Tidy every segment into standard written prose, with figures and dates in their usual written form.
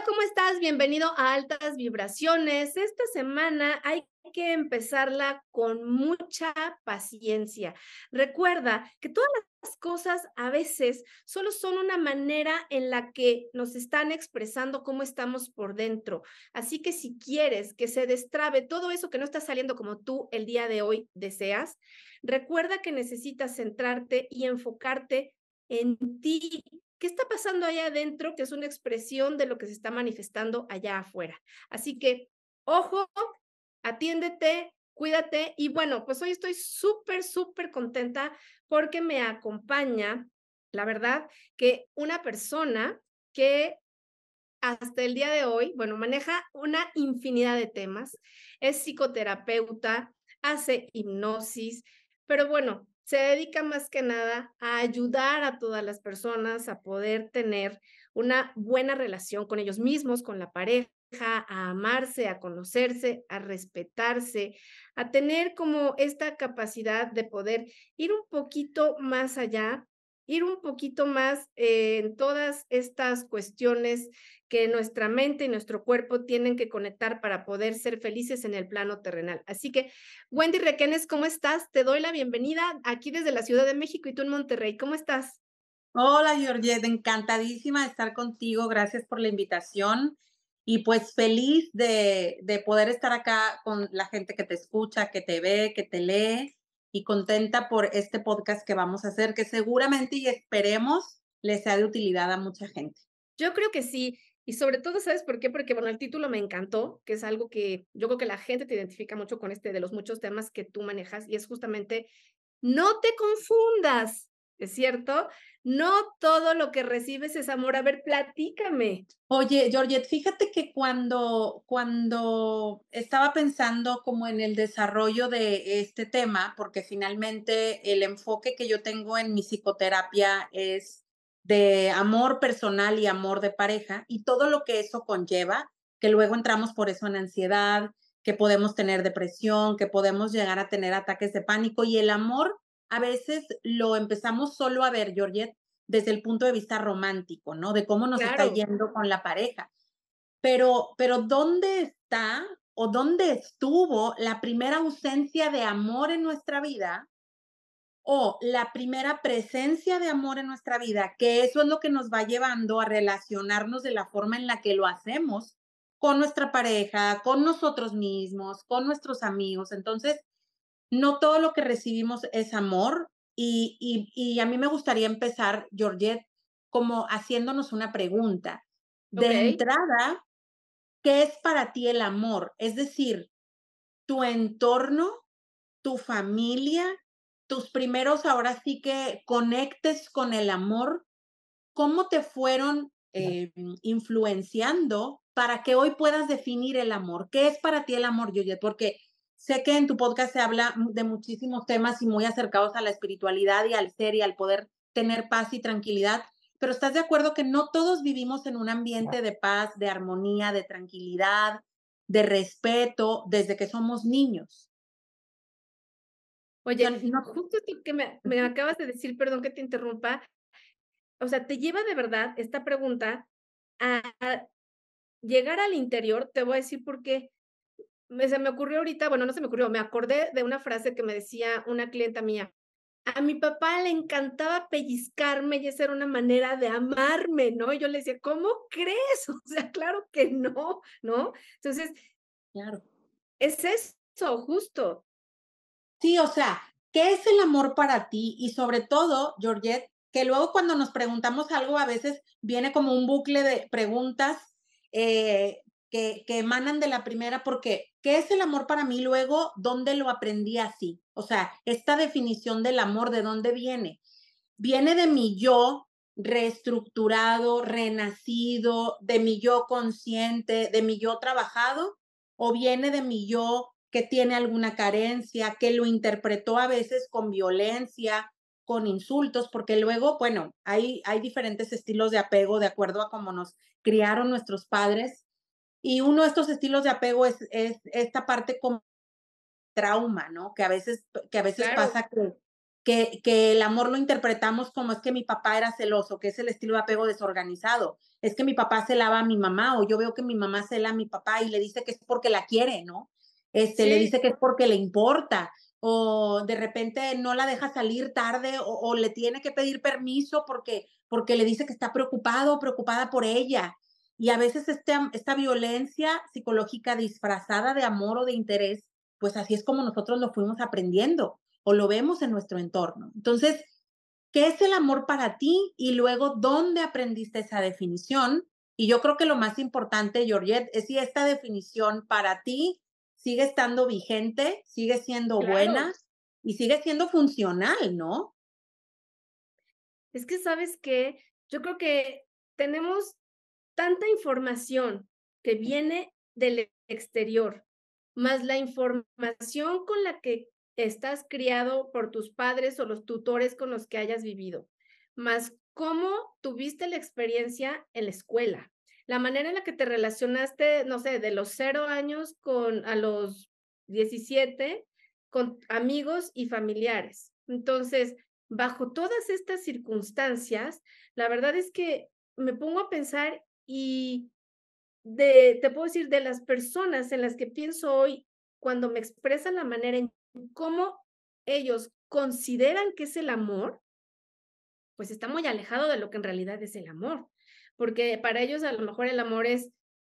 Hola, ¿cómo estás? Bienvenido a Altas Vibraciones. Esta semana hay que empezarla con mucha paciencia. Recuerda que todas las cosas a veces solo son una manera en la que nos están expresando cómo estamos por dentro. Así que si quieres que se destrabe todo eso que no está saliendo como tú el día de hoy deseas, recuerda que necesitas centrarte y enfocarte en ti. ¿Qué está pasando allá adentro? Que es una expresión de lo que se está manifestando allá afuera. Así que, ojo, atiéndete, cuídate. Y bueno, pues hoy estoy súper, súper contenta porque me acompaña, la verdad, que una persona que hasta el día de hoy, bueno, maneja una infinidad de temas, es psicoterapeuta, hace hipnosis, pero bueno, se dedica más que nada a ayudar a todas las personas a poder tener una buena relación con ellos mismos, con la pareja, a amarse, a conocerse, a respetarse, a tener como esta capacidad de poder ir un poquito más allá, ir un poquito más en todas estas cuestiones que nuestra mente y nuestro cuerpo tienen que conectar para poder ser felices en el plano terrenal. Así que, Wendy Requenes, ¿cómo estás? Te doy la bienvenida aquí desde la Ciudad de México y tú en Monterrey. ¿Cómo estás? Hola, Georgette, encantadísima de estar contigo. Gracias por la invitación y pues feliz de poder estar acá con la gente que te escucha, que te ve, que te lee y contenta por este podcast que vamos a hacer, que seguramente y esperemos les sea de utilidad a mucha gente. Yo creo que sí, y sobre todo, ¿sabes por qué? Porque, bueno, el título me encantó, que es algo que yo creo que la gente te identifica mucho con este de los muchos temas que tú manejas, y es justamente no te confundas, ¿es cierto? No todo lo que recibes es amor. A ver, platícame. Oye, Georgette, fíjate que cuando estaba pensando como en el desarrollo de este tema, porque finalmente el enfoque que yo tengo en mi psicoterapia es de amor personal y amor de pareja y todo lo que eso conlleva, que luego entramos por eso en ansiedad, que podemos tener depresión, que podemos llegar a tener ataques de pánico y el amor a veces lo empezamos solo a ver, Georgette, desde el punto de vista romántico, ¿no? De cómo nos está Claro, yendo con la pareja. Pero ¿dónde está o dónde estuvo la primera ausencia de amor en nuestra vida o la primera presencia de amor en nuestra vida? Que eso es lo que nos va llevando a relacionarnos de la forma en la que lo hacemos con nuestra pareja, con nosotros mismos, con nuestros amigos. Entonces, no todo lo que recibimos es amor y a mí me gustaría empezar, Georgette, como haciéndonos una pregunta. De okey. entrada, ¿qué es para ti el amor? Es decir, tu entorno, tu familia, tus primeros, ahora sí que conectes con el amor, ¿cómo te fueron influenciando para que hoy puedas definir el amor? ¿Qué es para ti el amor, Juliet? Porque sé que en tu podcast se habla de muchísimos temas y muy acercados a la espiritualidad y al ser y al poder tener paz y tranquilidad, pero ¿estás de acuerdo que no todos vivimos en un ambiente de paz, de armonía, de tranquilidad, de respeto desde que somos niños? O sea, Oye, no. justo esto que me acabas de decir, perdón que te interrumpa, o sea, te lleva de verdad esta pregunta a llegar al interior. Te voy a decir por qué. Se me ocurrió ahorita, bueno, no se me ocurrió, me acordé de una frase que me decía una clienta mía. A mi papá le encantaba pellizcarme y esa era una manera de amarme, ¿no? Y yo le decía: "¿Cómo crees?". O sea, claro que no, ¿no? Entonces, Claro. es eso, justo. Sí, o sea, ¿qué es el amor para ti? Y sobre todo, Georgette, que luego cuando nos preguntamos algo, a veces viene como un bucle de preguntas que emanan de la primera, porque ¿qué es el amor para mí? Luego, ¿dónde lo aprendí así? O sea, esta definición del amor, ¿de dónde viene? Viene de mi yo reestructurado, renacido, de mi yo consciente, de mi yo trabajado, o viene de mi yo que tiene alguna carencia, que lo interpretó a veces con violencia, con insultos, porque luego, bueno, hay diferentes estilos de apego de acuerdo a cómo nos criaron nuestros padres. Y uno de estos estilos de apego es esta parte como trauma, ¿no? Que a veces Claro, pasa que el amor lo interpretamos como es que mi papá era celoso, que es el estilo de apego desorganizado, es que mi papá celaba a mi mamá, o yo veo que mi mamá cela a mi papá y le dice que es porque la quiere, ¿no? Le Sí, dice que es porque le importa, o de repente no la deja salir tarde, o le tiene que pedir permiso porque le dice que está preocupado o preocupada por ella. Y a veces esta violencia psicológica disfrazada de amor o de interés, pues así es como nosotros lo fuimos aprendiendo o lo vemos en nuestro entorno. Entonces, ¿qué es el amor para ti? Y luego, ¿dónde aprendiste esa definición? Y yo creo que lo más importante, Georgette, es si esta definición para ti sigue estando vigente, sigue siendo claro. buena y sigue siendo funcional, ¿no? Es que, ¿sabes qué? Yo creo que tenemos tanta información que viene del exterior, más la información con la que estás criado por tus padres o los tutores con los que hayas vivido, más cómo tuviste la experiencia en la escuela, la manera en la que te relacionaste, no sé, de los 0 años a los 17 con amigos y familiares. Entonces, bajo todas estas circunstancias, la verdad es que me pongo a pensar y te puedo decir, de las personas en las que pienso hoy, cuando me expresan la manera en cómo ellos consideran que es el amor, pues está muy alejado de lo que en realidad es el amor, porque para ellos a lo mejor el amor es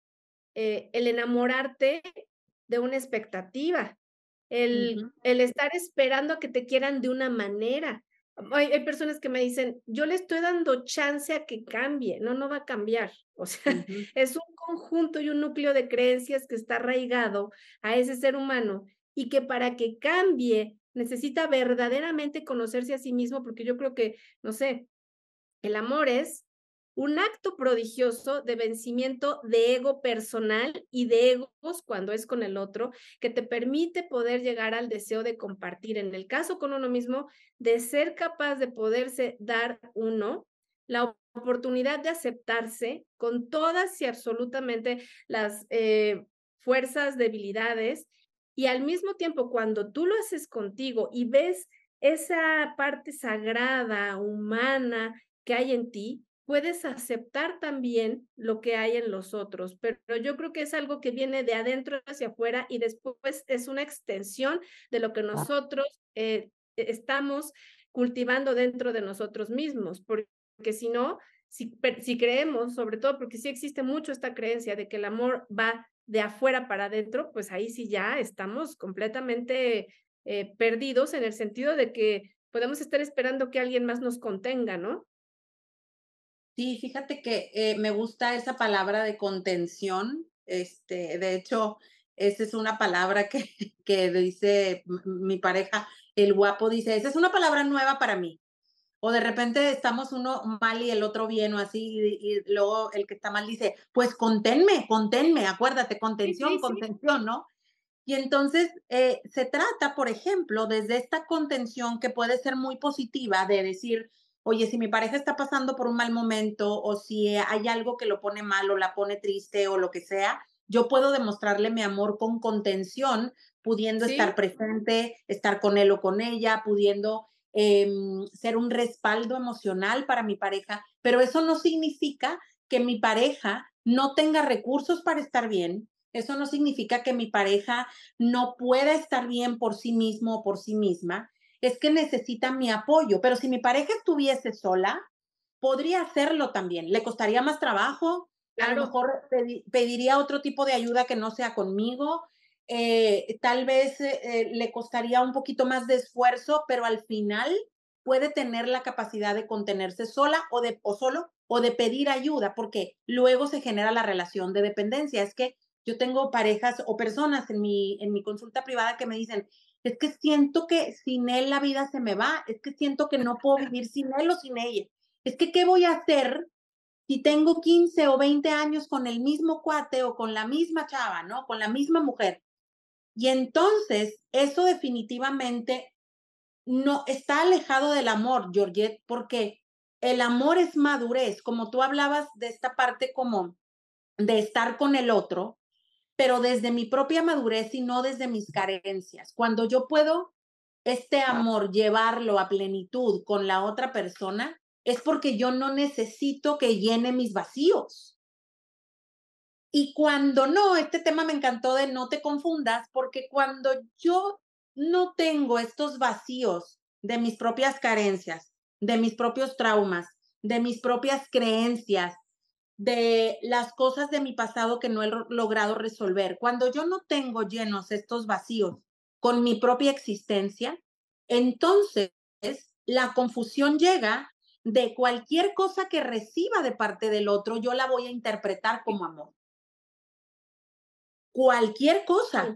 el enamorarte de una expectativa, Ujú, el estar esperando a que te quieran de una manera. Hay personas que me dicen: "Yo le estoy dando chance a que cambie". No, no va a cambiar. O sea, ujú. es un conjunto y un núcleo de creencias que está arraigado a ese ser humano, y que para que cambie necesita verdaderamente conocerse a sí mismo, porque yo creo que, no sé, el amor es un acto prodigioso de vencimiento de ego personal y de egos cuando es con el otro, que te permite poder llegar al deseo de compartir. En el caso con uno mismo, de ser capaz de poderse dar uno la oportunidad de aceptarse con todas y absolutamente las fuerzas, debilidades, y al mismo tiempo, cuando tú lo haces contigo y ves esa parte sagrada, humana, que hay en ti, puedes aceptar también lo que hay en los otros, pero yo creo que es algo que viene de adentro hacia afuera y después es una extensión de lo que nosotros estamos cultivando dentro de nosotros mismos, porque si no, si creemos, sobre todo porque sí existe mucho esta creencia de que el amor va de afuera para adentro, pues ahí sí ya estamos completamente perdidos en el sentido de que podemos estar esperando que alguien más nos contenga, ¿no? Sí, fíjate que, me gusta esa palabra de contención, de hecho, esa es una palabra que que dice mi pareja, el guapo, dice: "Esa es una palabra nueva para mí". O de repente estamos uno mal y el otro bien, o así, y luego el que está mal dice: "Pues conténme, conténme, acuérdate, Sí, sí, contención, sí. contención", ¿no? Y entonces, se trata, por ejemplo, desde esta contención que puede ser muy positiva, de decir, oye, si mi pareja está pasando por un mal momento o si hay algo que lo pone mal o la pone triste o lo que sea, yo puedo demostrarle mi amor con contención, pudiendo estar Sí, presente, estar con él o con ella, pudiendo ser un respaldo emocional para mi pareja, pero eso no significa que mi pareja no tenga recursos para estar bien, eso no significa que mi pareja no pueda estar bien por sí mismo o por sí misma, es que necesita mi apoyo. Pero si mi pareja estuviese sola, podría hacerlo también. Le costaría más trabajo, a lo claro. mejor pediría otro tipo de ayuda que no sea conmigo, tal vez le costaría un poquito más de esfuerzo, pero al final puede tener la capacidad de contenerse sola o solo o de pedir ayuda, porque luego se genera la relación de dependencia. Es que yo tengo parejas o personas en mi consulta privada que me dicen, es que siento que sin él la vida se me va, es que siento que no puedo vivir sin él o sin ella. Es que, ¿qué voy a hacer si tengo 15 o 20 años con el mismo cuate o con la misma chava, ¿no? Con la misma mujer. Y entonces, eso definitivamente no está alejado del amor, Georgette, porque el amor es madurez, como tú hablabas de esta parte como de estar con el otro, pero desde mi propia madurez y no desde mis carencias. Cuando yo puedo este amor, llevarlo a plenitud con la otra persona, es porque yo no necesito que llene mis vacíos. Y cuando no, este tema me encantó de no te confundas, porque cuando yo no tengo estos vacíos de mis propias carencias, de mis propios traumas, de mis propias creencias, de las cosas de mi pasado que no he logrado resolver, cuando yo no tengo llenos estos vacíos con mi propia existencia, entonces la confusión llega de cualquier cosa que reciba de parte del otro, yo la voy a interpretar como amor. Cualquier cosa. Sí,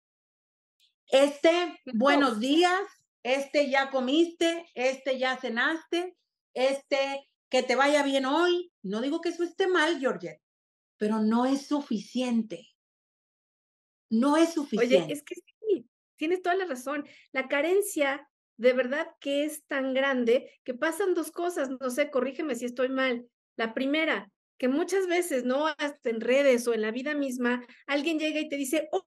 claro. Buenos días, ya comiste, ya cenaste, que te vaya bien hoy. No digo que eso esté mal, Georgette, pero no es suficiente. No es Oye, suficiente. es que sí, tienes toda la razón. La carencia de verdad que es tan grande que pasan 2 cosas, no sé, corrígeme si estoy mal. La primera, que muchas veces, ¿no? Hasta en redes o en la vida misma, alguien llega y te dice: "Oh,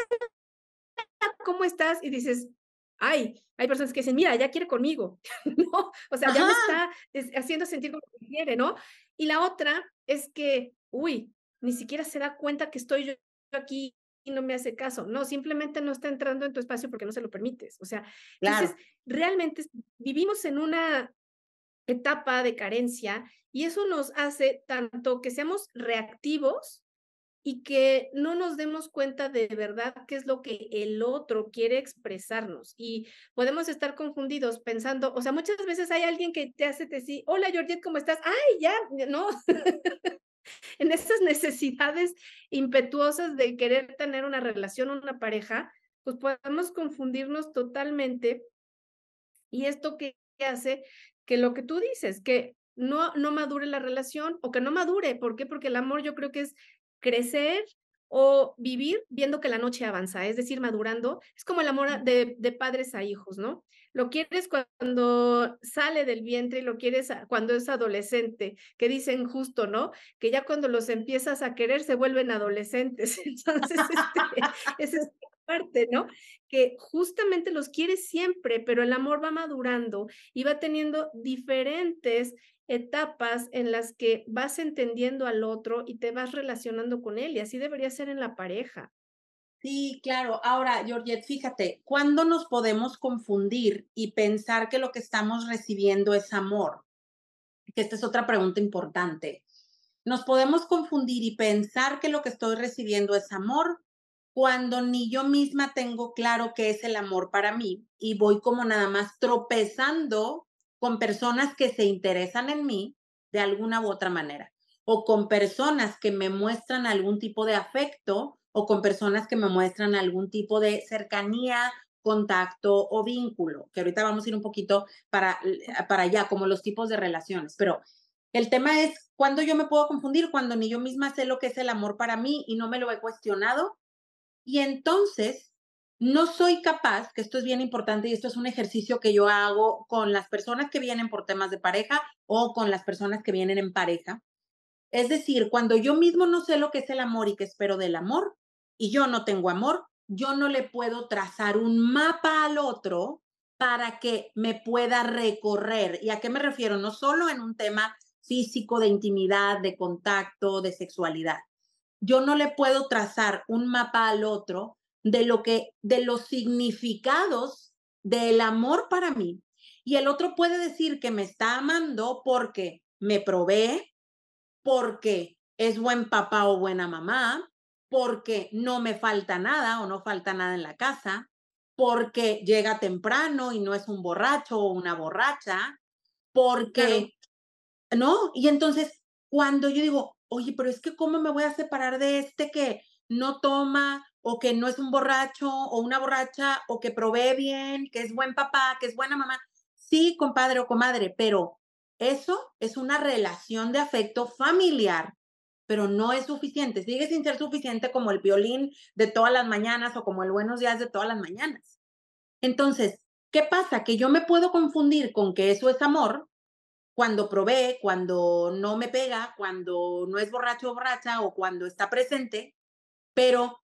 ¿cómo estás?". Y dices: "Ay", hay personas que dicen: "Mira, ya quiere conmigo", ¿no? O sea, ya Ajá, me está haciendo sentir como que quiere, ¿no? Y la otra es que, uy, ni siquiera se da cuenta que estoy yo aquí y no me hace caso. No, simplemente no está entrando en tu espacio porque no se lo permites. O sea, entonces, claro. realmente vivimos en una etapa de carencia y eso nos hace tanto que seamos reactivos y que no nos demos cuenta de verdad qué es lo que el otro quiere expresarnos. Y podemos estar confundidos pensando, o sea, muchas veces hay alguien que te hace decir, hola Georgette, ¿cómo estás? Ay, ya, no, en esas necesidades impetuosas de querer tener una relación, una pareja, pues podemos confundirnos totalmente. Y esto que hace que lo que tú dices, que no madure la relación o que no madure, ¿por qué? Porque el amor yo creo que es crecer o vivir viendo que la noche avanza, es decir, madurando. Es como el amor de padres a hijos, ¿no? Lo quieres cuando sale del vientre y lo quieres cuando es adolescente, que dicen justo, ¿no? Que ya cuando los empiezas a querer se vuelven adolescentes. Entonces, esa es parte, ¿no? Que justamente los quieres siempre, pero el amor va madurando y va teniendo diferentes etapas en las que vas entendiendo al otro y te vas relacionando con él, y así debería ser en la pareja. Sí, claro. Ahora, Georgette, fíjate, ¿cuándo nos podemos confundir y pensar que lo que estamos recibiendo es amor? Que esta es otra pregunta importante. Nos podemos confundir y pensar que lo que estoy recibiendo es amor cuando ni yo misma tengo claro qué es el amor para mí y voy como nada más tropezando con personas que se interesan en mí de alguna u otra manera o con personas que me muestran algún tipo de afecto o con personas que me muestran algún tipo de cercanía, contacto o vínculo, que ahorita vamos a ir un poquito para allá, como los tipos de relaciones, pero el tema es cuando yo me puedo confundir, cuando ni yo misma sé lo que es el amor para mí y no me lo he cuestionado. Y entonces no soy capaz, que esto es bien importante y esto es un ejercicio que yo hago con las personas que vienen por temas de pareja o con las personas que vienen en pareja. Es decir, cuando yo mismo no sé lo que es el amor y que espero del amor y yo no tengo amor, yo no le puedo trazar un mapa al otro para que me pueda recorrer. ¿Y a qué me refiero? No solo en un tema físico, de intimidad, de contacto, de sexualidad. Yo no le puedo trazar un mapa al otro de los significados del amor para mí. Y el otro puede decir que me está amando porque me provee, porque es buen papá o buena mamá, porque no me falta nada o no falta nada en la casa, porque llega temprano y no es un borracho o una borracha, Claro. porque, ¿no? Y entonces, cuando yo digo, oye, pero es que ¿cómo me voy a separar de este que no toma o que no es un borracho o una borracha o que provee bien, que es buen papá, que es buena mamá? Sí, compadre o comadre, pero eso es una relación de afecto familiar, pero no es suficiente. Sigue sin ser suficiente como el violín de todas las mañanas o como el buenos días de todas las mañanas. Entonces, ¿qué pasa? Que yo me puedo confundir con que eso es amor cuando provee, cuando no me pega, cuando no es borracho o borracha o cuando está presente, pero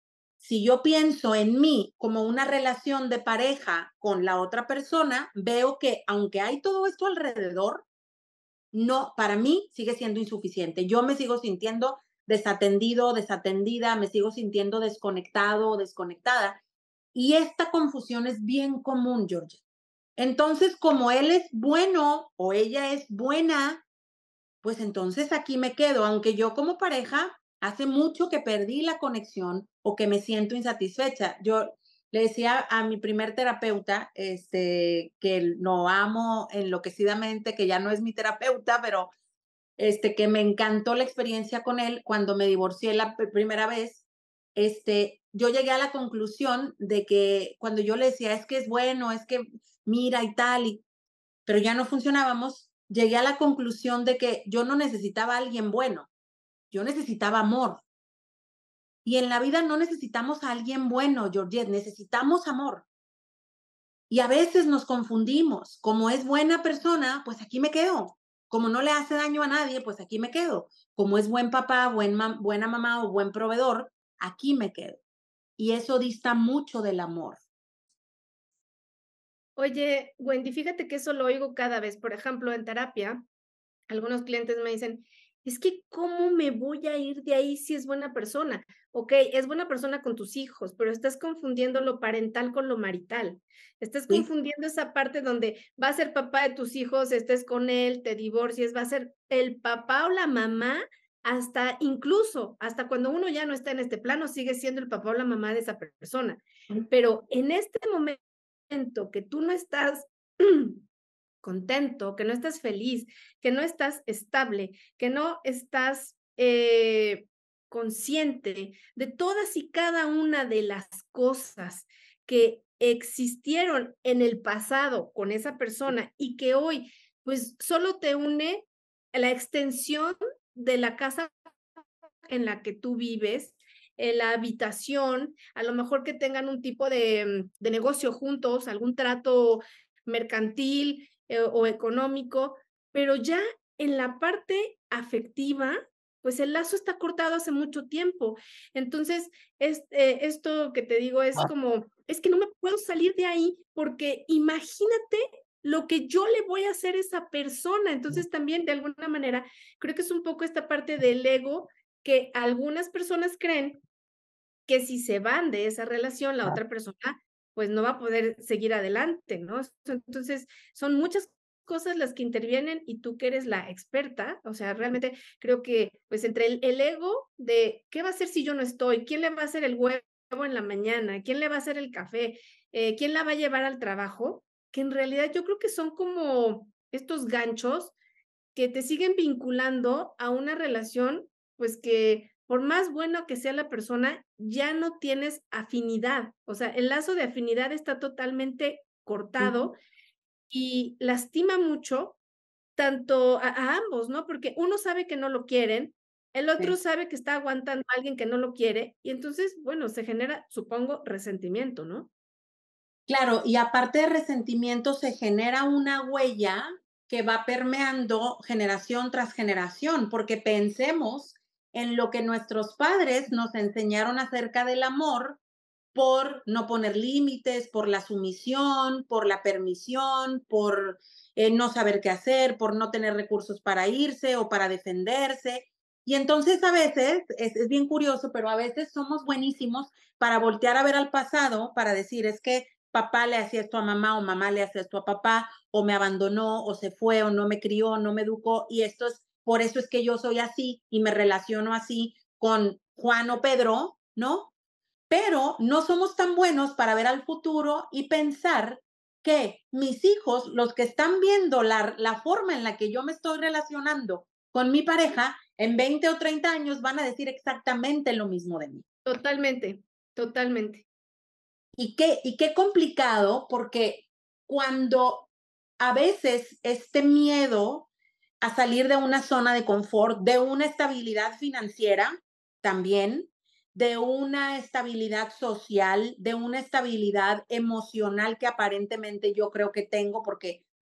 si yo pienso en mí como una relación de pareja con la otra persona, veo que aunque hay todo esto alrededor, no, para mí sigue siendo insuficiente. Yo me sigo sintiendo desatendido, desatendida, me sigo sintiendo desconectado o desconectada. Y esta confusión es bien común, Georgia. Entonces, como él es bueno o ella es buena, pues entonces aquí me quedo, aunque yo como pareja hace mucho que perdí la conexión o que me siento insatisfecha. Yo le decía a mi primer terapeuta, que lo amo enloquecidamente, que ya no es mi terapeuta, pero que me encantó la experiencia con él cuando me divorcié la primera vez. Yo llegué a la conclusión de que cuando yo le decía, es que es bueno, es que mira y tal, pero ya no funcionábamos, llegué a la conclusión de que yo no necesitaba a alguien bueno, yo necesitaba amor. Y en la vida no necesitamos a alguien bueno, Georgette, necesitamos amor. Y a veces nos confundimos. Como es buena persona, pues aquí me quedo. Como no le hace daño a nadie, pues aquí me quedo. Como es buen papá, buena mamá o buen proveedor, aquí me quedo. Y eso dista mucho del amor. Oye, Wendy, fíjate que eso lo oigo cada vez. Por ejemplo, en terapia, algunos clientes me dicen, es que ¿cómo me voy a ir de ahí si es buena persona? Ok, es buena persona con tus hijos, pero estás confundiendo lo parental con lo marital. Estás ¿Sí? confundiendo esa parte donde va a ser papá de tus hijos, estés con él, te divorcies, va a ser el papá o la mamá, hasta incluso, hasta cuando uno ya no está en este plano, sigue siendo el papá o la mamá de esa persona. Pero en este momento que tú no estás contento, que no estás feliz, que no estás estable, que no estás consciente de todas y cada una de las cosas que existieron en el pasado con esa persona y que hoy pues solo te une la extensión de la casa en la que tú vives, la habitación, a lo mejor que tengan un tipo de negocio juntos, algún trato mercantil o económico, pero ya en la parte afectiva, pues el lazo está cortado hace mucho tiempo. Entonces, esto que te digo es como, es que no me puedo salir de ahí porque imagínate lo que yo le voy a hacer a esa persona. Entonces, también de alguna manera, creo que es un poco esta parte del ego que algunas personas creen que si se van de esa relación, la otra persona, pues no va a poder seguir adelante, ¿no? Entonces, son muchas cosas las que intervienen y tú que eres la experta, o sea, realmente creo que pues entre el ego de qué va a hacer si yo no estoy, quién le va a hacer el huevo en la mañana, quién le va a hacer el café, quién la va a llevar al trabajo, que en realidad yo creo que son como estos ganchos que te siguen vinculando a una relación, pues que por más bueno que sea la persona, ya no tienes afinidad. O sea, el lazo de afinidad está totalmente cortado y lastima mucho tanto a ambos, ¿no? Porque uno sabe que no lo quieren, el otro Sí. sabe que está aguantando a alguien que no lo quiere y entonces, bueno, se genera, supongo, resentimiento, ¿no? Claro, y aparte de resentimiento se genera una huella que va permeando generación tras generación, porque pensemos en lo que nuestros padres nos enseñaron acerca del amor por no poner límites, por la sumisión, por la permisión, por no saber qué hacer, por no tener recursos para irse o para defenderse. Y entonces a veces, es bien curioso, pero a veces somos buenísimos para voltear a ver al pasado, para decir, es que papá le hacía esto a mamá o mamá le hacía esto a papá, o me abandonó, o se fue, o no me crió, no me educó, y esto es, por eso es que yo soy así y me relaciono así con Juan o Pedro, ¿no? Pero no somos tan buenos para ver al futuro y pensar que mis hijos, los que están viendo la forma en la que yo me estoy relacionando con mi pareja, en 20 o 30 años van a decir exactamente lo mismo de mí. Totalmente, totalmente. Y qué complicado, porque cuando a veces este miedo a salir de una zona de confort, de una estabilidad financiera también, de una estabilidad social, de una estabilidad emocional que aparentemente yo creo que tengo, porque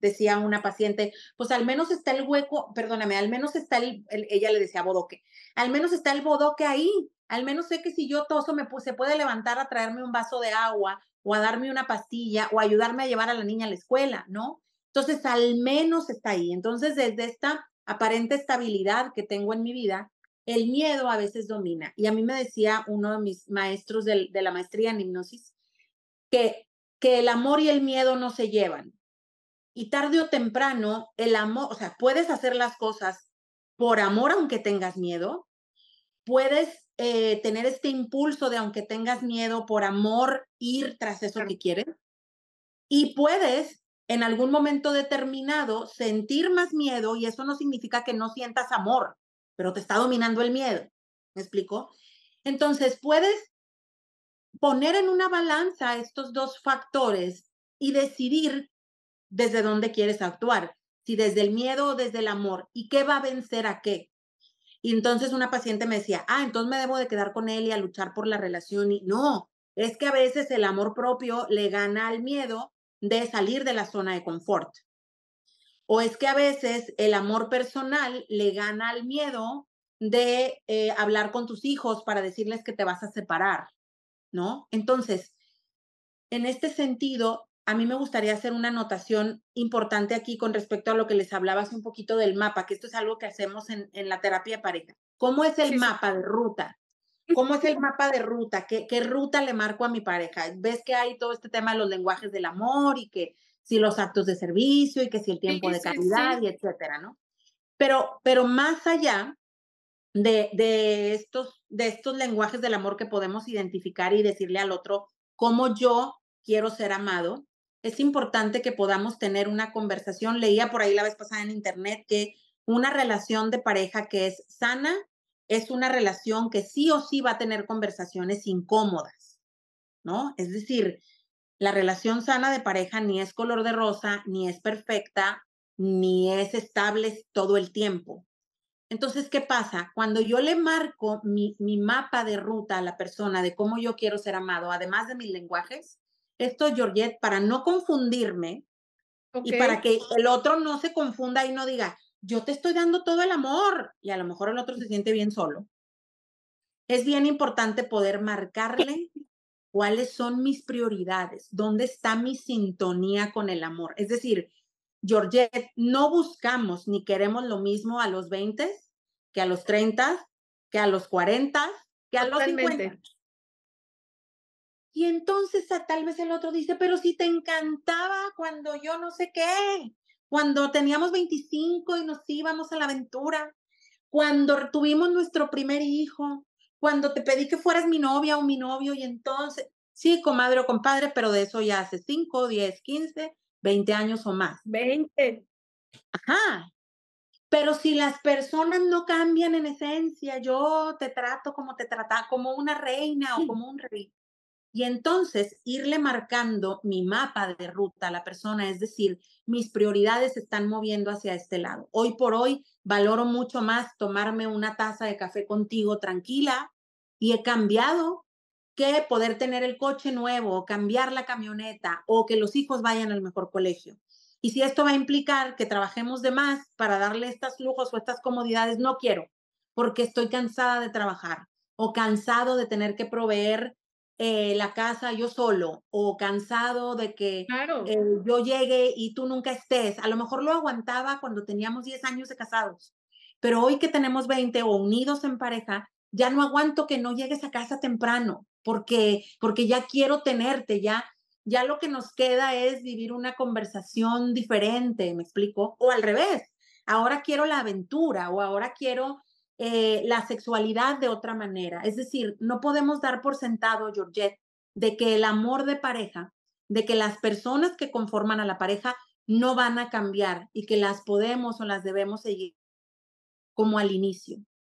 decía una paciente, pues al menos está el hueco, perdóname, al menos está ella le decía bodoque, al menos está el bodoque ahí, al menos sé que si yo toso se puede levantar a traerme un vaso de agua o a darme una pastilla o ayudarme a llevar a la niña a la escuela, ¿no? Entonces, al menos está ahí. Entonces, desde esta aparente estabilidad que tengo en mi vida, el miedo a veces domina. Y a mí me decía uno de mis maestros de la maestría en hipnosis que, que el amor y el miedo no se llevan. Y tarde o temprano, el amor, o sea, puedes hacer las cosas por amor aunque tengas miedo, puedes tener este impulso de aunque tengas miedo, por amor ir tras eso Claro, que quieres. Y puedes en algún momento determinado sentir más miedo y eso no significa que no sientas amor, pero te está dominando el miedo. ¿Me explico? Entonces, puedes poner en una balanza estos dos factores y decidir desde dónde quieres actuar, si desde el miedo o desde el amor, y qué va a vencer a qué. Y entonces una paciente me decía, entonces me debo de quedar con él y a luchar por la relación. Y no, es que a veces el amor propio le gana al miedo de salir de la zona de confort. O es que a veces el amor personal le gana al miedo de hablar con tus hijos para decirles que te vas a separar, ¿no? Entonces, en este sentido, a mí me gustaría hacer una anotación importante aquí con respecto a lo que les hablaba hace un poquito del mapa, que esto es algo que hacemos en la terapia de pareja. ¿Cómo es el sí, sí. mapa de ruta? ¿Cómo es el mapa de ruta? ¿Qué ruta le marco a mi pareja? Ves que hay todo este tema de los lenguajes del amor y que si los actos de servicio y que si el tiempo Sí, de sí, calidad sí. y etcétera, ¿no? Pero más allá de estos lenguajes del amor que podemos identificar y decirle al otro cómo yo quiero ser amado, es importante que podamos tener una conversación. Leía por ahí la vez pasada en internet que una relación de pareja que es sana es una relación que sí o sí va a tener conversaciones incómodas, ¿no? Es decir, la relación sana de pareja ni es color de rosa, ni es perfecta, ni es estable todo el tiempo. Entonces, ¿qué pasa? Cuando yo le marco mi mapa de ruta a la persona de cómo yo quiero ser amado, además de mis lenguajes, esto, Georgette, para no confundirme Ok, y para que el otro no se confunda y no diga, yo te estoy dando todo el amor y a lo mejor el otro se siente bien solo. Es bien importante poder marcarle cuáles son mis prioridades, dónde está mi sintonía con el amor. Es decir, Georgette, no buscamos ni queremos lo mismo a los 20 que a los 30, que a los 40, que a los 50. totalmente. Y entonces tal vez el otro dice, pero si te encantaba cuando yo no sé qué, cuando teníamos 25 y nos íbamos a la aventura, cuando tuvimos nuestro primer hijo, cuando te pedí que fueras mi novia o mi novio y entonces, sí, comadre o compadre, pero de eso ya hace 5, 10, 15, 20 años o más. 20. Ajá. Pero si las personas no cambian en esencia, yo te trato como te trata, como una reina o como un rey. Y entonces irle marcando mi mapa de ruta a la persona, es decir, mis prioridades se están moviendo hacia este lado. Hoy por hoy valoro mucho más tomarme una taza de café contigo tranquila y he cambiado que poder tener el coche nuevo o cambiar la camioneta o que los hijos vayan al mejor colegio. Y si esto va a implicar que trabajemos de más para darle estos lujos o estas comodidades, no quiero, porque estoy cansada de trabajar o cansado de tener que proveer la casa yo solo o cansado de que Claro. yo llegue y tú nunca estés. A lo mejor lo aguantaba cuando teníamos 10 años de casados, pero hoy que tenemos 20 o unidos en pareja, ya no aguanto que no llegues a casa temprano porque ya quiero tenerte, ya lo que nos queda es vivir una conversación diferente, ¿me explico? O al revés, ahora quiero la aventura o ahora quiero la sexualidad de otra manera. Es decir, no podemos dar por sentado, Georgette, de que el amor de pareja, de que las personas que conforman a la pareja no van a cambiar y que las podemos o las debemos seguir como al inicio.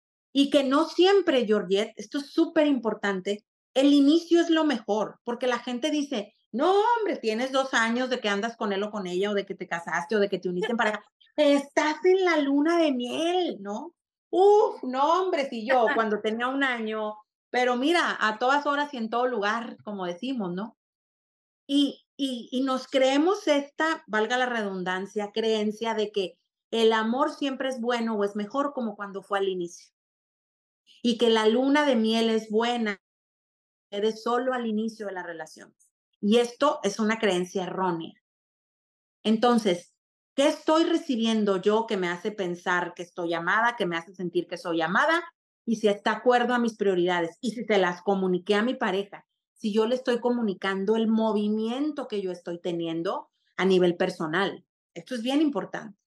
Y que no siempre, Georgette, esto es súper importante, el inicio es lo mejor, porque la gente dice, no, hombre, tienes 2 años de que andas con él o con ella, o de que te casaste, o de que te uniste en pareja. Estás en la luna de miel, ¿no? Uf, no, hombre, si yo cuando tenía 1 año, pero mira, a todas horas y en todo lugar, como decimos, ¿no? Y y nos creemos esta, valga la redundancia, creencia de que el amor siempre es bueno o es mejor como cuando fue al inicio. Y que la luna de miel es buena, eres solo al inicio de la relación. Y esto es una creencia errónea. Entonces, ¿qué estoy recibiendo yo que me hace pensar que estoy amada, que me hace sentir que soy amada? Y si está de acuerdo a mis prioridades y si se las comuniqué a mi pareja, si yo le estoy comunicando el movimiento que yo estoy teniendo a nivel personal. Esto es bien importante.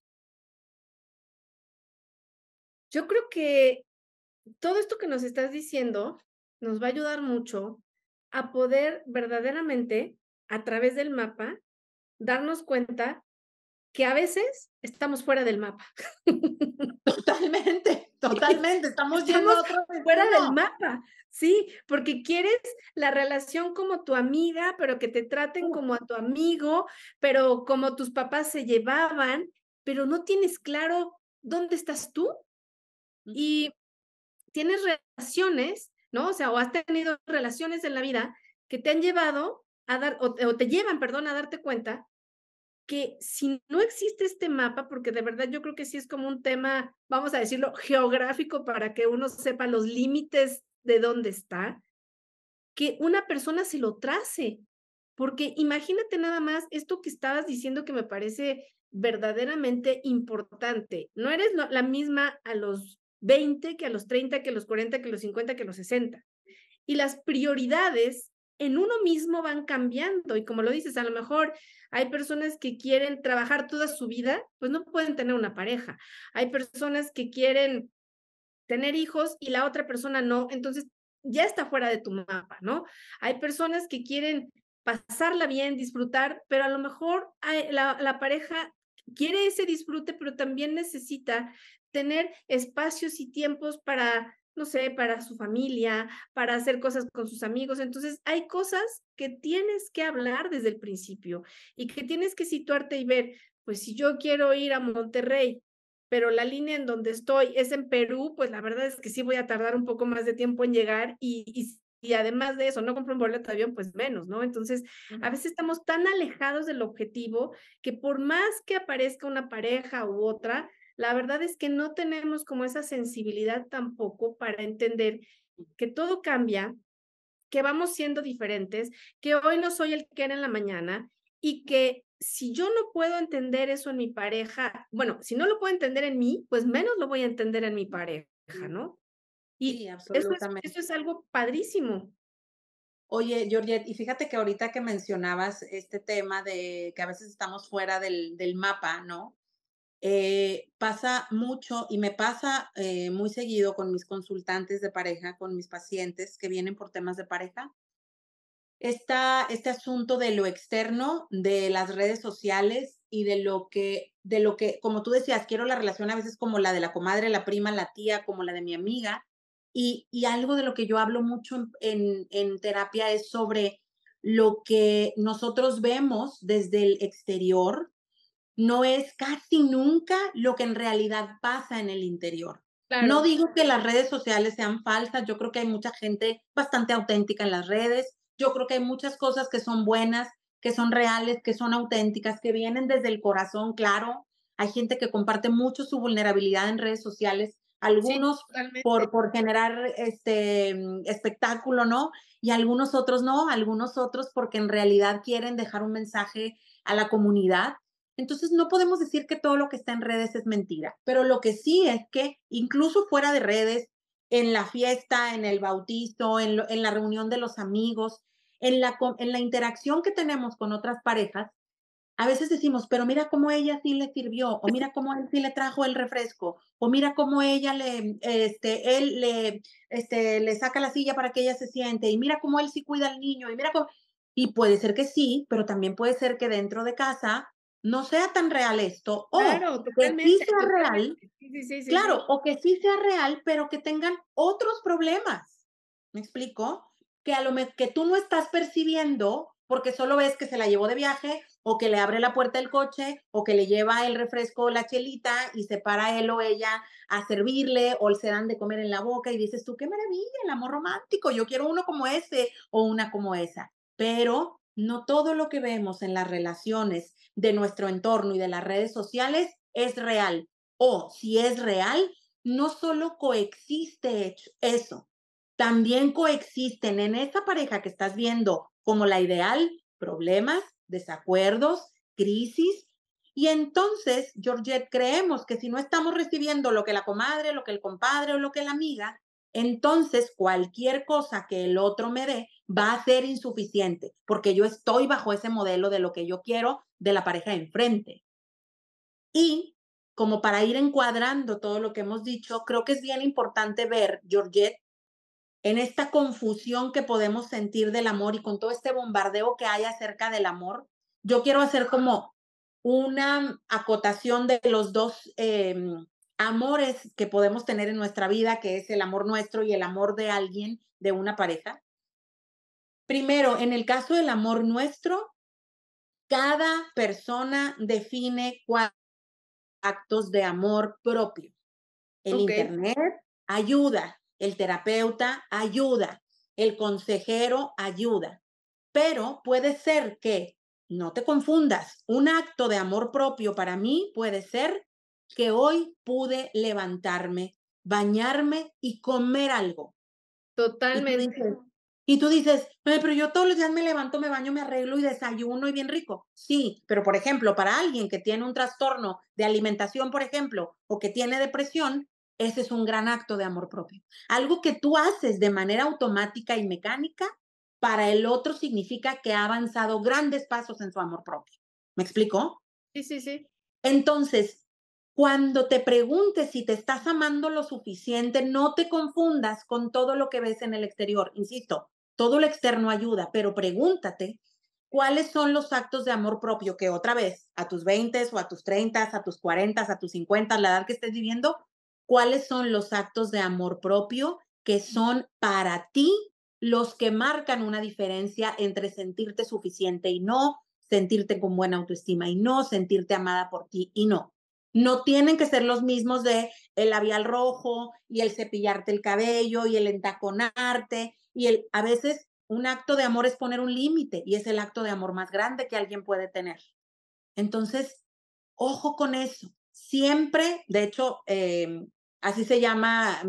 Yo creo que todo esto que nos estás diciendo nos va a ayudar mucho a poder verdaderamente, a través del mapa, darnos cuenta que a veces estamos fuera del mapa. Totalmente, totalmente. Estamos yendo Estamos a otro fuera del destino. mapa, sí, porque quieres la relación como tu amiga, pero que te traten Uf, como a tu amigo, pero como tus papás se llevaban, pero no tienes claro dónde estás tú y tienes relaciones, ¿no? O sea, o has tenido relaciones en la vida que te han llevado a dar, o te llevan, perdón, a darte cuenta que si no existe este mapa, porque de verdad yo creo que sí es como un tema, vamos a decirlo, geográfico para que uno sepa los límites de dónde está, que una persona se lo trace. Porque imagínate nada más esto que estabas diciendo que me parece verdaderamente importante. No eres la misma a los 20 que a los 30 que a los 40 que a los 50 que a los 60. Y las prioridades en uno mismo van cambiando. Y como lo dices, a lo mejor hay personas que quieren trabajar toda su vida, pues no pueden tener una pareja. Hay personas que quieren tener hijos y la otra persona no, entonces ya está fuera de tu mapa, ¿no? Hay personas que quieren pasarla bien, disfrutar, pero a lo mejor la pareja quiere ese disfrute, pero también necesita tener espacios y tiempos para, no sé, para su familia, para hacer cosas con sus amigos. Entonces, hay cosas que tienes que hablar desde el principio y que tienes que situarte y ver, pues si yo quiero ir a Monterrey, pero la línea en donde estoy es en Perú, pues la verdad es que sí voy a tardar un poco más de tiempo en llegar y además de eso, no compro un boleto de avión, pues menos, ¿no? Entonces, a veces estamos tan alejados del objetivo que por más que aparezca una pareja u otra, la verdad es que no tenemos como esa sensibilidad tampoco para entender que todo cambia, que vamos siendo diferentes, que hoy no soy el que era en la mañana y que si yo no puedo entender eso en mi pareja, bueno, si no lo puedo entender en mí, pues menos lo voy a entender en mi pareja, ¿no? sí, Y eso absolutamente. es algo padrísimo. Oye, Georgette, y fíjate que ahorita que mencionabas este tema de que a veces estamos fuera del mapa, ¿no? Pasa mucho y me pasa muy seguido con mis consultantes de pareja, con mis pacientes que vienen por temas de pareja. Está este asunto de lo externo, de las redes sociales y de lo que, como tú decías, quiero la relación a veces como la de la comadre, la prima, la tía, como la de mi amiga. Y algo de lo que yo hablo mucho en terapia es sobre lo que nosotros vemos desde el exterior, no es casi nunca lo que en realidad pasa en el interior. No Claro. digo que las redes sociales sean falsas, yo creo que hay mucha gente bastante auténtica en las redes, yo creo que hay muchas cosas que son buenas, que son reales, que son auténticas, que vienen desde el corazón, claro. Hay gente que comparte mucho su vulnerabilidad en redes sociales, Sí, algunos totalmente. por generar espectáculo, ¿no? Y algunos otros no, algunos otros porque en realidad quieren dejar un mensaje a la comunidad. Entonces, no podemos decir que todo lo que está en redes es mentira, pero lo que sí es que incluso fuera de redes, en la fiesta, en el bautizo, en la reunión de los amigos, en la interacción que tenemos con otras parejas, a veces decimos, pero mira cómo ella sí le sirvió, o mira cómo él sí le trajo el refresco, o mira cómo él le saca la silla para que ella se siente, y mira cómo él sí cuida al niño, y mira cómo, y puede ser que sí, pero también puede ser que dentro de casa no sea tan real esto, o Claro, que sí totalmente, sea real, totalmente. Sí, sí, sí, sí, claro, sí. o que sí sea real, pero que tengan otros problemas. ¿Me explico? Que tú no estás percibiendo porque solo ves que se la llevó de viaje o que le abre la puerta del coche o que le lleva el refresco o la chelita y se para él o ella a servirle o se dan de comer en la boca y dices tú, qué maravilla, el amor romántico, yo quiero uno como ese o una como esa. Pero no todo lo que vemos en las relaciones de nuestro entorno y de las redes sociales es real. O si es real, no solo coexiste eso, también coexisten en esa pareja que estás viendo como la ideal, problemas, desacuerdos, crisis. Y entonces, Georgette, creemos que si no estamos recibiendo lo que la comadre, lo que el compadre o lo que la amiga, entonces cualquier cosa que el otro me dé va a ser insuficiente, porque yo estoy bajo ese modelo de lo que yo quiero de la pareja enfrente. Y como para ir encuadrando todo lo que hemos dicho, creo que es bien importante ver, Georgette, en esta confusión que podemos sentir del amor y con todo este bombardeo que hay acerca del amor, yo quiero hacer como una acotación de los dos amores que podemos tener en nuestra vida, que es el amor nuestro y el amor de alguien, de una pareja. Primero, en el caso del amor nuestro, cada persona define cuáles actos de amor propio. El Ok, internet ayuda, el terapeuta ayuda, el consejero ayuda, pero puede ser que, no te confundas, un acto de amor propio para mí puede ser que hoy pude levantarme, bañarme y comer algo. Y tú totalmente. dices, y tú dices: pero yo todos los días me levanto, me baño, me arreglo y desayuno y bien rico". Sí, pero, por ejemplo, para alguien que tiene un trastorno de alimentación, por ejemplo, o que tiene depresión, ese es un gran acto de amor propio. Algo que tú haces de manera automática y mecánica, para el otro significa que ha avanzado grandes pasos en su amor propio, ¿me explico? Sí, sí, sí. Entonces, cuando te preguntes si te estás amando lo suficiente, no te confundas con todo lo que ves en el exterior. Insisto, todo lo externo ayuda, pero pregúntate cuáles son los actos de amor propio que otra vez, a tus 20 o a tus 30, a tus 40, a tus 50, la edad que estés viviendo, cuáles son los actos de amor propio que son para ti los que marcan una diferencia entre sentirte suficiente y no, sentirte con buena autoestima y no, sentirte amada por ti y no. No tienen que ser los mismos de el labial rojo y el cepillarte el cabello y el entaconarte y el a veces un acto de amor es poner un límite y es el acto de amor más grande que alguien puede tener. Entonces, ojo con eso. Siempre, de hecho, así se llama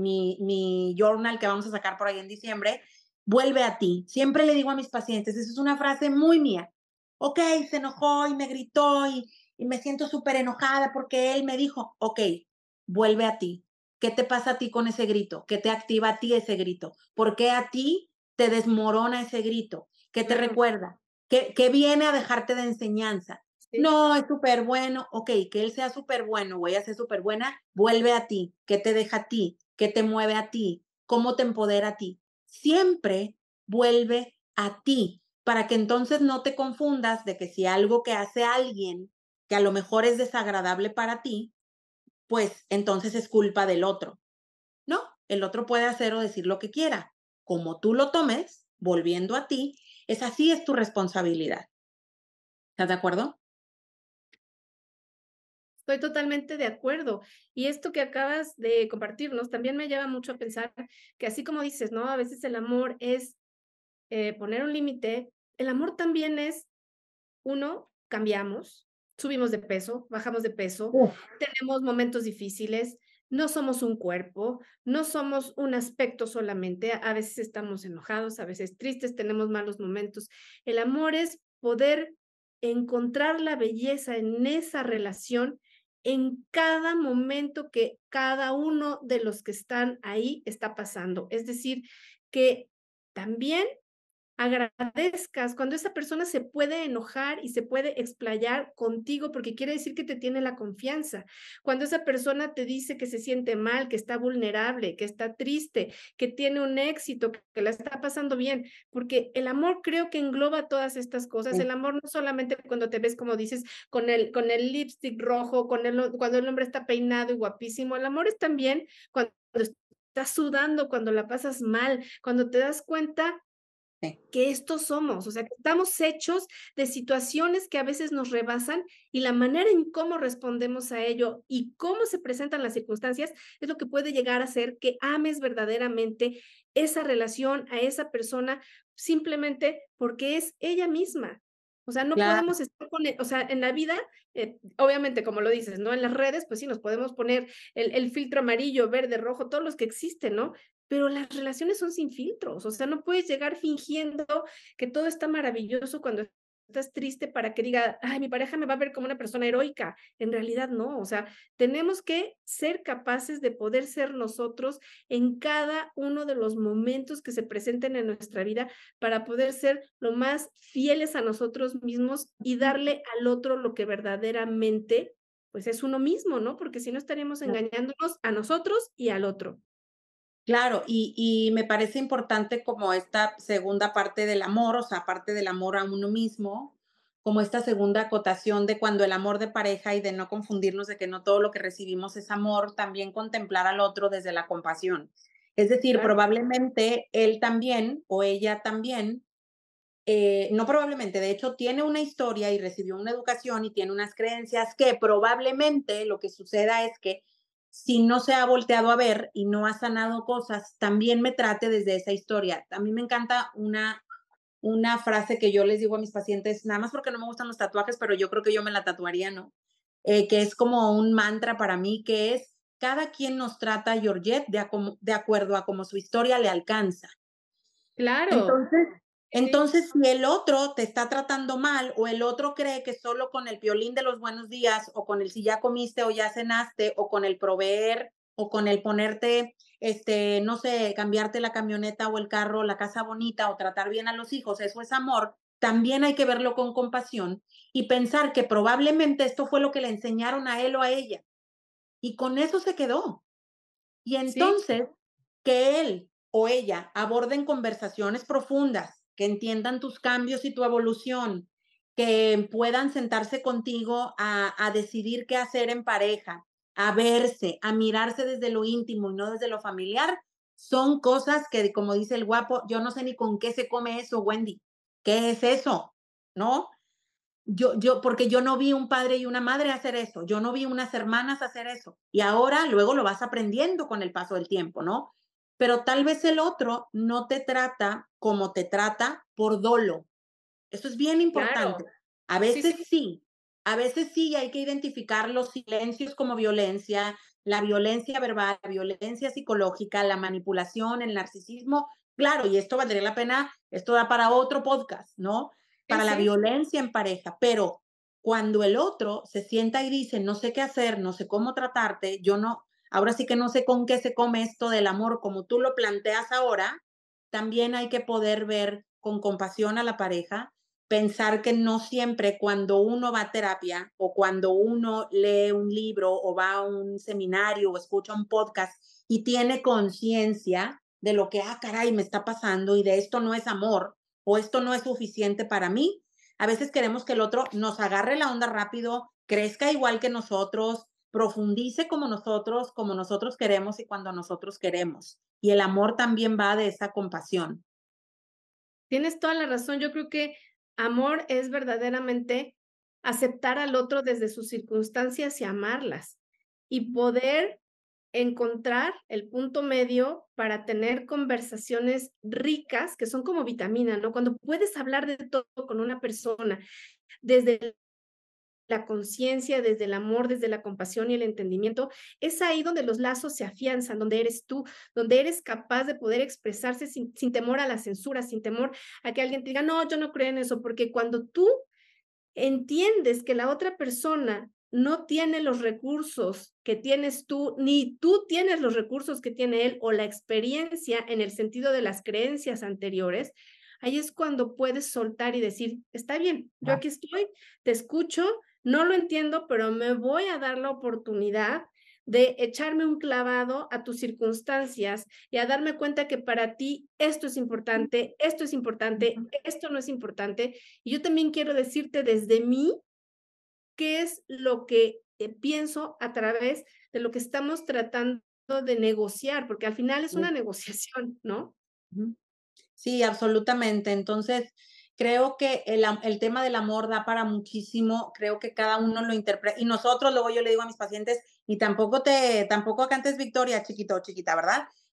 mi journal que vamos a sacar por ahí en diciembre, vuelve a ti. Siempre le digo a mis pacientes, esa es una frase muy mía. Ok, se enojó y me gritó y me siento súper enojada porque él me dijo, ok, vuelve a ti. ¿Qué te pasa a ti con ese grito? ¿Qué te activa a ti ese grito? ¿Por qué a ti te desmorona ese grito? ¿Qué te Claro, recuerda? ¿Qué viene a dejarte de enseñanza? sí. No, es súper bueno. Ok, que él sea súper bueno, voy a ser súper buena, vuelve a ti. ¿Qué te deja a ti? ¿Qué te mueve a ti? ¿Cómo te empodera a ti? Siempre vuelve a ti, para que entonces no te confundas de que si algo que hace alguien que a lo mejor es desagradable para ti, pues entonces es culpa del otro. No, el otro puede hacer o decir lo que quiera. Como tú lo tomes, volviendo a ti, es así es tu responsabilidad. ¿Estás de acuerdo? Estoy totalmente de acuerdo. Y esto que acabas de compartirnos también me lleva mucho a pensar que así como dices, ¿no? A veces el amor es poner un límite. El amor también es, uno, cambiamos, subimos de peso, bajamos de peso, Uf, tenemos momentos difíciles, no somos un cuerpo, no somos un aspecto solamente, a veces estamos enojados, a veces tristes, tenemos malos momentos. El amor es poder encontrar la belleza en esa relación en cada momento que cada uno de los que están ahí está pasando. Es decir, que también agradezcas cuando esa persona se puede enojar y se puede explayar contigo, porque quiere decir que te tiene la confianza. Cuando esa persona te dice que se siente mal, que está vulnerable, que está triste, que tiene un éxito, que la está pasando bien, porque el amor creo que engloba todas estas cosas. sí, El amor no solamente cuando te ves, como dices, con el lipstick rojo, cuando el hombre está peinado y guapísimo. El amor es también cuando estás sudando, cuando la pasas mal, cuando te das cuenta sí. que estos somos, o sea, que estamos hechos de situaciones que a veces nos rebasan y la manera en cómo respondemos a ello y cómo se presentan las circunstancias es lo que puede llegar a hacer que ames verdaderamente esa relación, a esa persona, simplemente porque es ella misma. O sea, no Claro, podemos estar o sea, en la vida, obviamente, como lo dices, ¿no? En las redes, pues sí, nos podemos poner el filtro amarillo, verde, rojo, todos los que existen, ¿no? Pero las relaciones son sin filtros, o sea, no puedes llegar fingiendo que todo está maravilloso cuando estás triste para que diga: "Ay, mi pareja me va a ver como una persona heroica". En realidad no, o sea, tenemos que ser capaces de poder ser nosotros en cada uno de los momentos que se presenten en nuestra vida para poder ser lo más fieles a nosotros mismos y darle al otro lo que verdaderamente, pues, es uno mismo, ¿no? Porque si no estaríamos engañándonos a nosotros y al otro. claro, y me parece importante como esta segunda parte del amor, o sea, aparte del amor a uno mismo, como esta segunda acotación de cuando el amor de pareja y de no confundirnos de que no todo lo que recibimos es amor, también contemplar al otro desde la compasión. Es decir, Claro, probablemente él también o ella también, no probablemente, de hecho tiene una historia y recibió una educación y tiene unas creencias que probablemente lo que suceda es que si no se ha volteado a ver y no ha sanado cosas, también me trate desde esa historia. A mí me encanta una frase que yo les digo a mis pacientes, nada más porque no me gustan los tatuajes, pero yo creo que yo me la tatuaría, ¿no? Que es como un mantra para mí, que es, cada quien nos trata, Georgette, de acuerdo a cómo su historia le alcanza. claro. Entonces Sí, entonces, si el otro te está tratando mal, o el otro cree que solo con el piolín de los buenos días, o con el si ya comiste o ya cenaste, o con el proveer, o con el ponerte, no sé, cambiarte la camioneta o el carro, la casa bonita, o tratar bien a los hijos, eso es amor, también hay que verlo con compasión y pensar que probablemente esto fue lo que le enseñaron a él o a ella, y con eso se quedó. Y sí, entonces, que él o ella aborden conversaciones profundas, que entiendan tus cambios y tu evolución, que puedan sentarse contigo a decidir qué hacer en pareja, a verse, a mirarse desde lo íntimo y no desde lo familiar, son cosas que, como dice el guapo, yo no sé ni con qué se come eso, Wendy. ¿Qué es eso? ¿No? Porque yo no vi un padre y una madre hacer eso, yo no vi unas hermanas hacer eso. Y ahora, luego lo vas aprendiendo con el paso del tiempo, ¿no? Pero tal vez el otro no te trata como te trata por dolo. Eso es bien importante. claro. Sí, sí, A veces sí hay que identificar los silencios como violencia, la violencia verbal, la violencia psicológica, la manipulación, el narcisismo. Claro, y esto valdría la pena, esto da para otro podcast, ¿no? sí, Para la sí. violencia en pareja, pero cuando el otro se sienta y dice, no sé qué hacer, no sé cómo tratarte, yo no, ahora sí que no sé con qué se come esto del amor como tú lo planteas ahora, también hay que poder ver con compasión a la pareja, pensar que no siempre cuando uno va a terapia o cuando uno lee un libro o va a un seminario o escucha un podcast y tiene conciencia de lo que, caray, me está pasando y de esto no es amor o esto no es suficiente para mí. A veces queremos que el otro nos agarre la onda rápido, crezca igual que nosotros, profundice como nosotros queremos y cuando nosotros queremos. Y el amor también va de esa compasión. Tienes toda la razón. Yo creo que amor es verdaderamente aceptar al otro desde sus circunstancias y amarlas, y poder encontrar el punto medio para tener conversaciones ricas, que son como vitamina, ¿no? Cuando puedes hablar de todo con una persona, desde la conciencia, desde el amor, desde la compasión y el entendimiento, es ahí donde los lazos se afianzan, donde eres tú, donde eres capaz de poder expresarse sin temor a la censura, sin temor a que alguien te diga, no, yo no creo en eso, porque cuando tú entiendes que la otra persona no tiene los recursos que tienes tú, ni tú tienes los recursos que tiene él o la experiencia en el sentido de las creencias anteriores, ahí es cuando puedes soltar y decir, está bien, yo aquí estoy, te escucho, no lo entiendo, pero me voy a dar la oportunidad de echarme un clavado a tus circunstancias y a darme cuenta que para ti esto es importante, esto no es importante, y yo también quiero decirte desde mí qué es lo que pienso a través de lo que estamos tratando de negociar, porque al final es una negociación, ¿no? Ujú. Sí, absolutamente. Entonces, creo que el tema del amor da para muchísimo, creo que cada uno lo interpreta, y nosotros, luego yo le digo a mis pacientes, y tampoco cantes victoria, chiquito o chiquita, ¿verdad?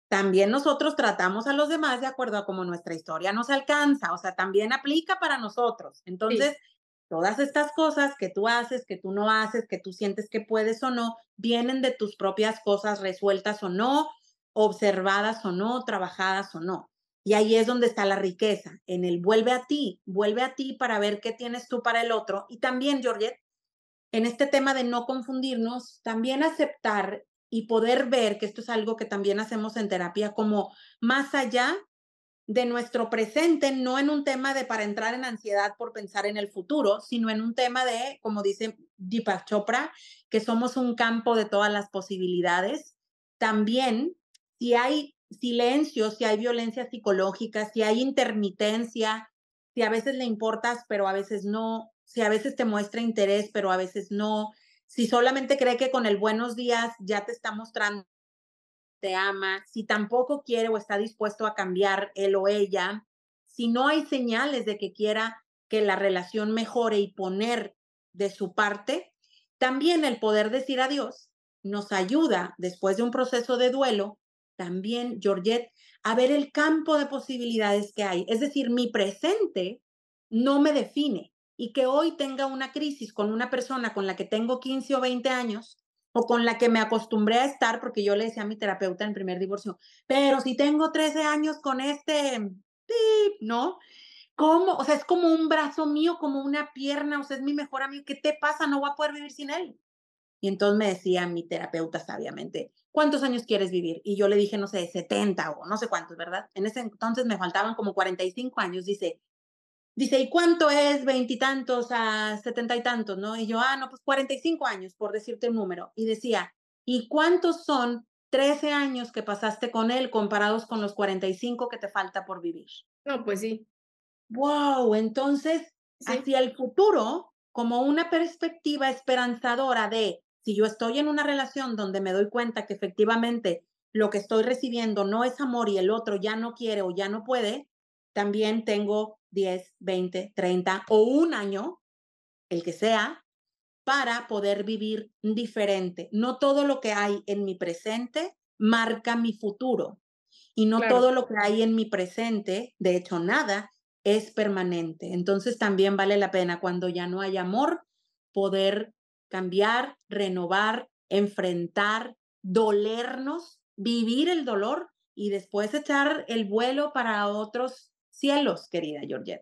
también nosotros tratamos a los demás de acuerdo a cómo nuestra historia nos alcanza, o sea, también aplica para nosotros. Sí. Entonces, todas estas cosas que tú haces, que tú no haces, que tú sientes que puedes o no, vienen de tus propias cosas resueltas o no, observadas o no, trabajadas o no. Y ahí es donde está la riqueza, en el vuelve a ti para ver qué tienes tú para el otro. Y también, Georgette, en este tema de no confundirnos, también aceptar y poder ver, que esto es algo que también hacemos en terapia, como más allá de nuestro presente, no en un tema de para entrar en ansiedad por pensar en el futuro, sino en un tema de, como dice Deepak Chopra, que somos un campo de todas las posibilidades. También, si hay silencio, si hay violencia psicológica, si hay intermitencia, si a veces le importas, pero a veces no, si a veces te muestra interés, pero a veces no, si solamente cree que con el buenos días ya te está mostrando te ama, si tampoco quiere o está dispuesto a cambiar él o ella, si no hay señales de que quiera que la relación mejore y poner de su parte, también el poder decir adiós nos ayuda después de un proceso de duelo, también, Georgette, a ver el campo de posibilidades que hay. Es decir, mi presente no me define y que hoy tenga una crisis con una persona con la que tengo 15 o 20 años o con la que me acostumbré a estar, porque yo le decía a mi terapeuta en el primer divorcio, pero si tengo 13 años con este, ¿no? ¿Cómo? O sea, es como un brazo mío, como una pierna, o sea, es mi mejor amigo, ¿qué te pasa? No voy a poder vivir sin él. Y entonces me decía mi terapeuta sabiamente, ¿cuántos años quieres vivir? Y yo le dije, no sé, 70 o no sé cuántos, ¿verdad? En ese entonces me faltaban como 45 años. Dice, ¿y cuánto es veintitantos a setenta y tantos, no? Y yo, no, pues 45 años, por decirte un número. Y decía, ¿y cuántos son 13 años que pasaste con él comparados con los 45 que te falta por vivir? No, pues sí, ¡Wow! Entonces, sí. hacia el futuro, como una perspectiva esperanzadora de, si yo estoy en una relación donde me doy cuenta que efectivamente lo que estoy recibiendo no es amor y el otro ya no quiere o ya no puede, también tengo 10, 20, 30 o un año, el que sea, para poder vivir diferente. No todo lo que hay en mi presente marca mi futuro. Y no Claro. todo lo que hay en mi presente, de hecho nada, es permanente. Entonces también vale la pena cuando ya no hay amor, poder cambiar, renovar, enfrentar, dolernos, vivir el dolor y después echar el vuelo para otros cielos, querida Georgette.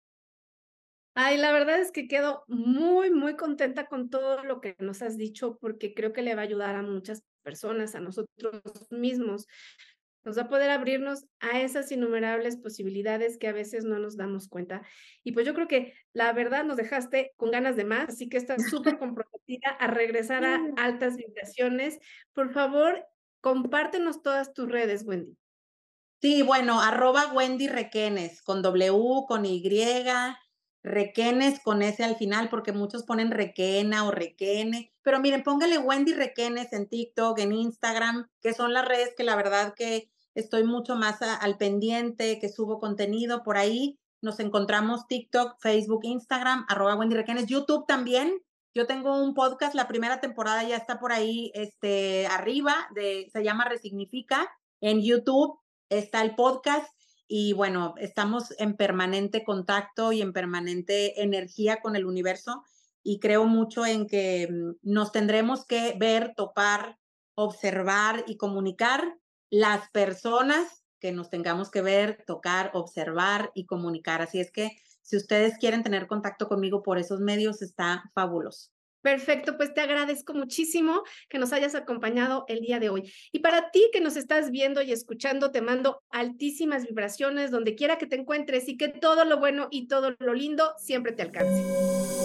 Ay, la verdad es que quedo muy, muy contenta con todo lo que nos has dicho, porque creo que le va a ayudar a muchas personas, a nosotros mismos. Nos va a poder abrirnos a esas innumerables posibilidades que a veces no nos damos cuenta. Y pues yo creo que la verdad nos dejaste con ganas de más, así que estás súper comprometida a regresar a altas vibraciones. Por favor, compártenos todas tus redes, Wendy. Sí, bueno, arroba Wendy Requenes, con W, con Y, Requenes con S al final, porque muchos ponen Requena o Requene, pero miren, póngale Wendy Requenes en TikTok, en Instagram, que son las redes que la verdad que estoy mucho más al pendiente, que subo contenido por ahí. Nos encontramos TikTok, Facebook, Instagram, arroba Wendy Requenes, YouTube también. Yo tengo un podcast, la primera temporada ya está por ahí, arriba, se llama Resignifica, en YouTube está el podcast y bueno, estamos en permanente contacto y en permanente energía con el universo y creo mucho en que nos tendremos que ver, topar, observar y comunicar las personas que nos tengamos que ver, tocar, observar y comunicar. Así es que si ustedes quieren tener contacto conmigo por esos medios, está fabuloso. Perfecto, pues te agradezco muchísimo que nos hayas acompañado el día de hoy. Y para ti que nos estás viendo y escuchando, te mando altísimas vibraciones donde quiera que te encuentres y que todo lo bueno y todo lo lindo siempre te alcance.